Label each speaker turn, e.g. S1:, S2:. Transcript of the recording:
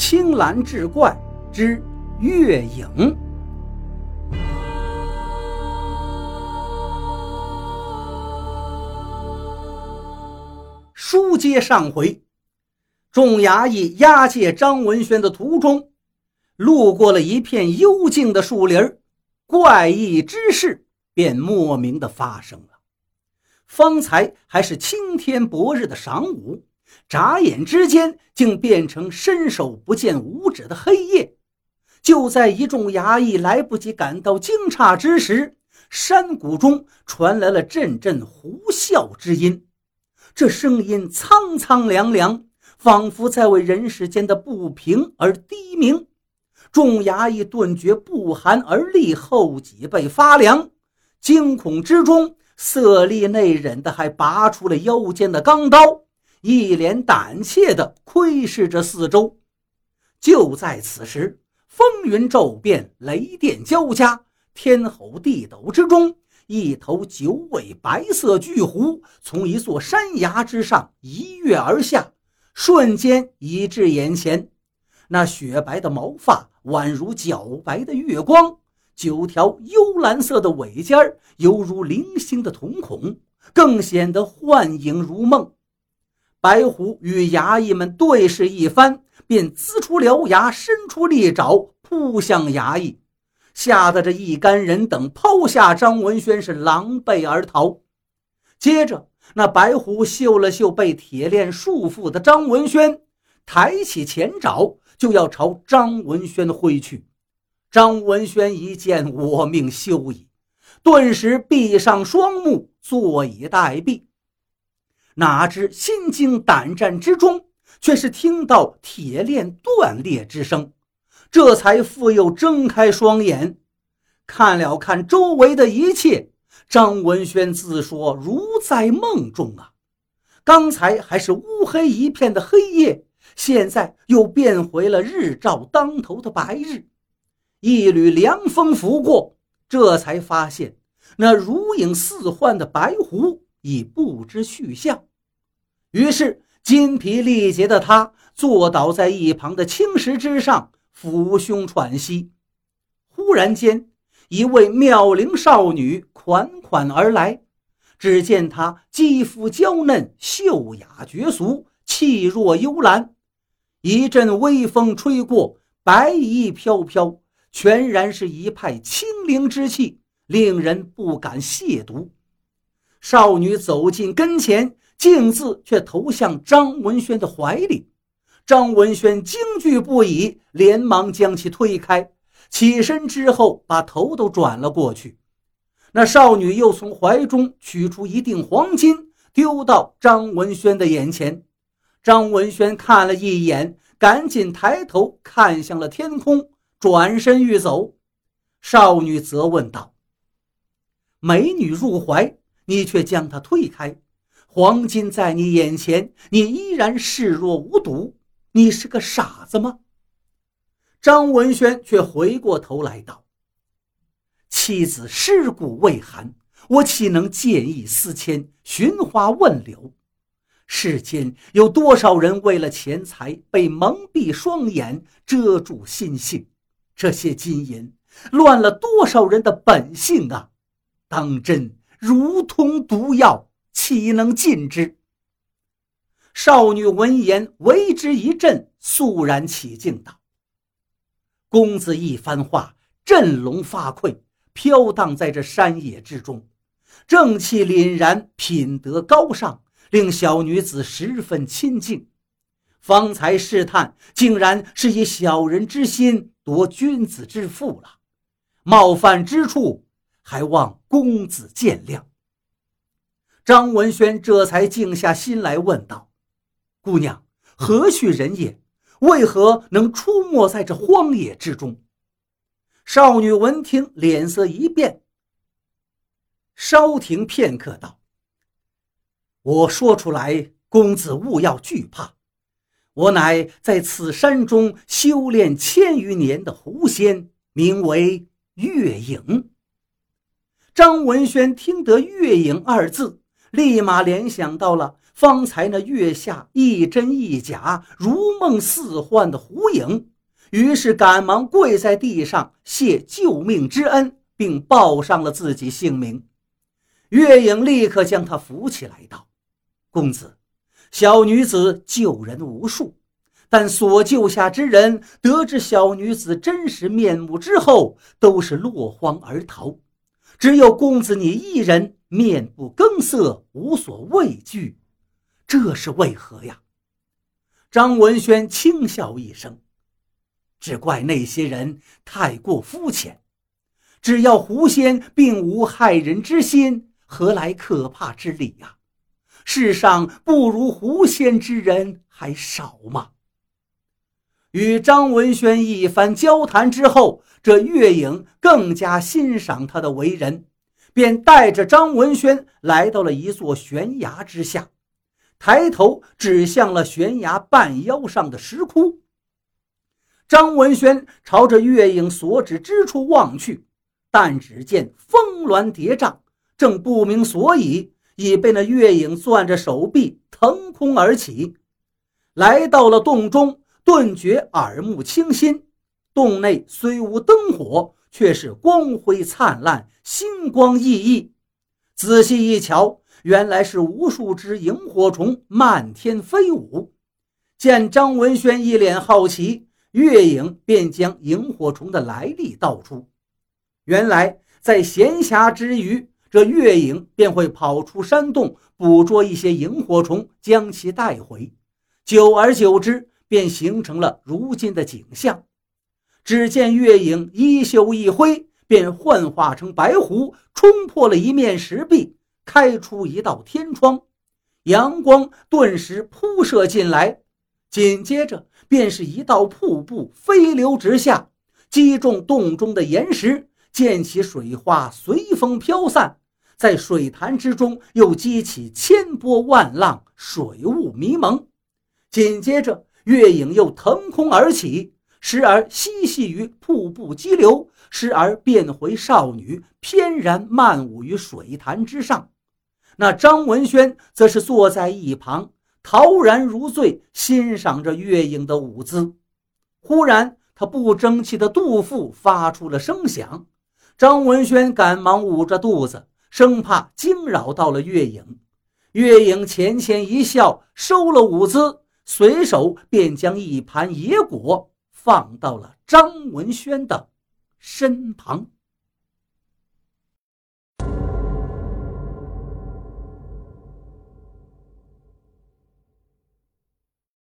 S1: 青蓝志怪之月影。书接上回，众衙役押解张文轩的途中，路过了一片幽静的树林，怪异之事便莫名地发生了。方才还是青天白日的晌午，眨眼之间竟变成伸手不见五指的黑夜。就在一众衙役来不及感到惊诧之时，山谷中传来了阵阵呼啸之音。这声音苍苍凉凉，仿佛在为人世间的不平而低鸣。众衙役顿觉不寒而栗，后脊背发凉，惊恐之中，色厉内荏的还拔出了腰间的钢刀，一脸胆怯地窥视着四周。就在此时，风云骤变，雷电交加，天吼地抖之中，一头9尾白色巨狐从一座山崖之上一跃而下，瞬间移至眼前。那雪白的毛发宛如皎白的月光，9条幽蓝色的尾尖犹如零星的瞳孔，更显得幻影如梦。白狐与衙役们对视一番，便呲出獠牙，伸出利爪扑向衙役，吓得这一干人等抛下张文轩，是狼狈而逃。接着那白狐嗅了嗅被铁链束缚的张文轩，抬起前爪就要朝张文轩挥去。张文轩一见我命休矣，顿时闭上双目，坐以待毙。哪知心惊胆战之中，却是听到铁链断裂之声，这才复又睁开双眼，看了看周围的一切。张文轩自说如在梦中啊，刚才还是乌黑一片的黑夜，现在又变回了日照当头的白日。一缕凉风拂过，这才发现那如影似幻的白狐已不知去向。于是筋疲力竭的他坐倒在一旁的青石之上，抚胸喘息。忽然间，一位妙龄少女款款而来，只见她肌肤娇嫩，秀雅绝俗，气若幽兰。一阵微风吹过，白衣飘飘，全然是一派清灵之气，令人不敢亵渎。少女走近跟前，径自却投向张文轩的怀里。张文轩惊惧不已，连忙将其推开，起身之后把头都转了过去。那少女又从怀中取出一锭黄金，丢到张文轩的眼前。张文轩看了一眼，赶紧抬头看向了天空，转身欲走。少女责问道：美女入怀，你却将她推开，黄金在你眼前，你依然视若无睹，你是个傻子吗？张文轩却回过头来道：妻子尸骨未寒，我岂能见异思迁，寻花问柳？世间有多少人为了钱财被蒙蔽双眼，遮住心性？这些金银乱了多少人的本性啊！当真如同毒药，岂能禁之？少女闻言为之一振，肃然起敬道：公子一番话，振聋发聩，飘荡在这山野之中，正气凛然，品德高尚，令小女子十分亲近。方才试探，竟然是以小人之心夺君子之腹了，冒犯之处，还望公子见谅。张文轩这才静下心来问道：姑娘何许人也？为何能出没在这荒野之中？少女闻听，脸色一变，稍停片刻道：我说出来，公子勿要惧怕，我乃在此山中修炼1000余年的狐仙，名为月影。张文轩听得月影2字，立马联想到了方才那月下一真一假、如梦似幻的狐影，于是赶忙跪在地上谢救命之恩，并报上了自己姓名。月影立刻将他扶起来道：公子，小女子救人无数，但所救下之人得知小女子真实面目之后，都是落荒而逃，只有公子你一人面不更色，无所畏惧，这是为何呀？张文轩轻笑一声：只怪那些人太过肤浅，只要狐仙并无害人之心，何来可怕之理呀？世上不如狐仙之人还少吗？与张文轩一番交谈之后，这月影更加欣赏他的为人，便带着张文轩来到了一座悬崖之下，抬头指向了悬崖半腰上的石窟。张文轩朝着月影所指之处望去，但只见峰峦叠嶂，正不明所以，已被那月影攥着手臂腾空而起。来到了洞中，顿觉耳目清新，洞内虽无灯火，却是光辉灿烂，星光熠熠。仔细一瞧，原来是无数只萤火虫漫天飞舞。见张文轩一脸好奇，月影便将萤火虫的来历道出。原来在闲暇之余，这月影便会跑出山洞，捕捉一些萤火虫，将其带回，久而久之便形成了如今的景象。只见月影衣袖一挥，便幻化成白狐，冲破了一面石壁，开出一道天窗，阳光顿时扑射进来，紧接着便是一道瀑布飞流直下，击中洞中的岩石，溅起水花，随风飘散，在水潭之中又激起千波万浪，水雾迷蒙。紧接着月影又腾空而起，时而嬉戏于瀑布激流，时而变回少女，翩然漫舞于水潭之上。那张文轩则是坐在一旁，陶然如醉，欣赏着月影的舞姿。忽然他不争气的肚腹发出了声响，张文轩赶忙捂着肚子，生怕惊扰到了月影。月影浅浅一笑，收了舞姿，随手便将一盘野果放到了张文轩的身旁。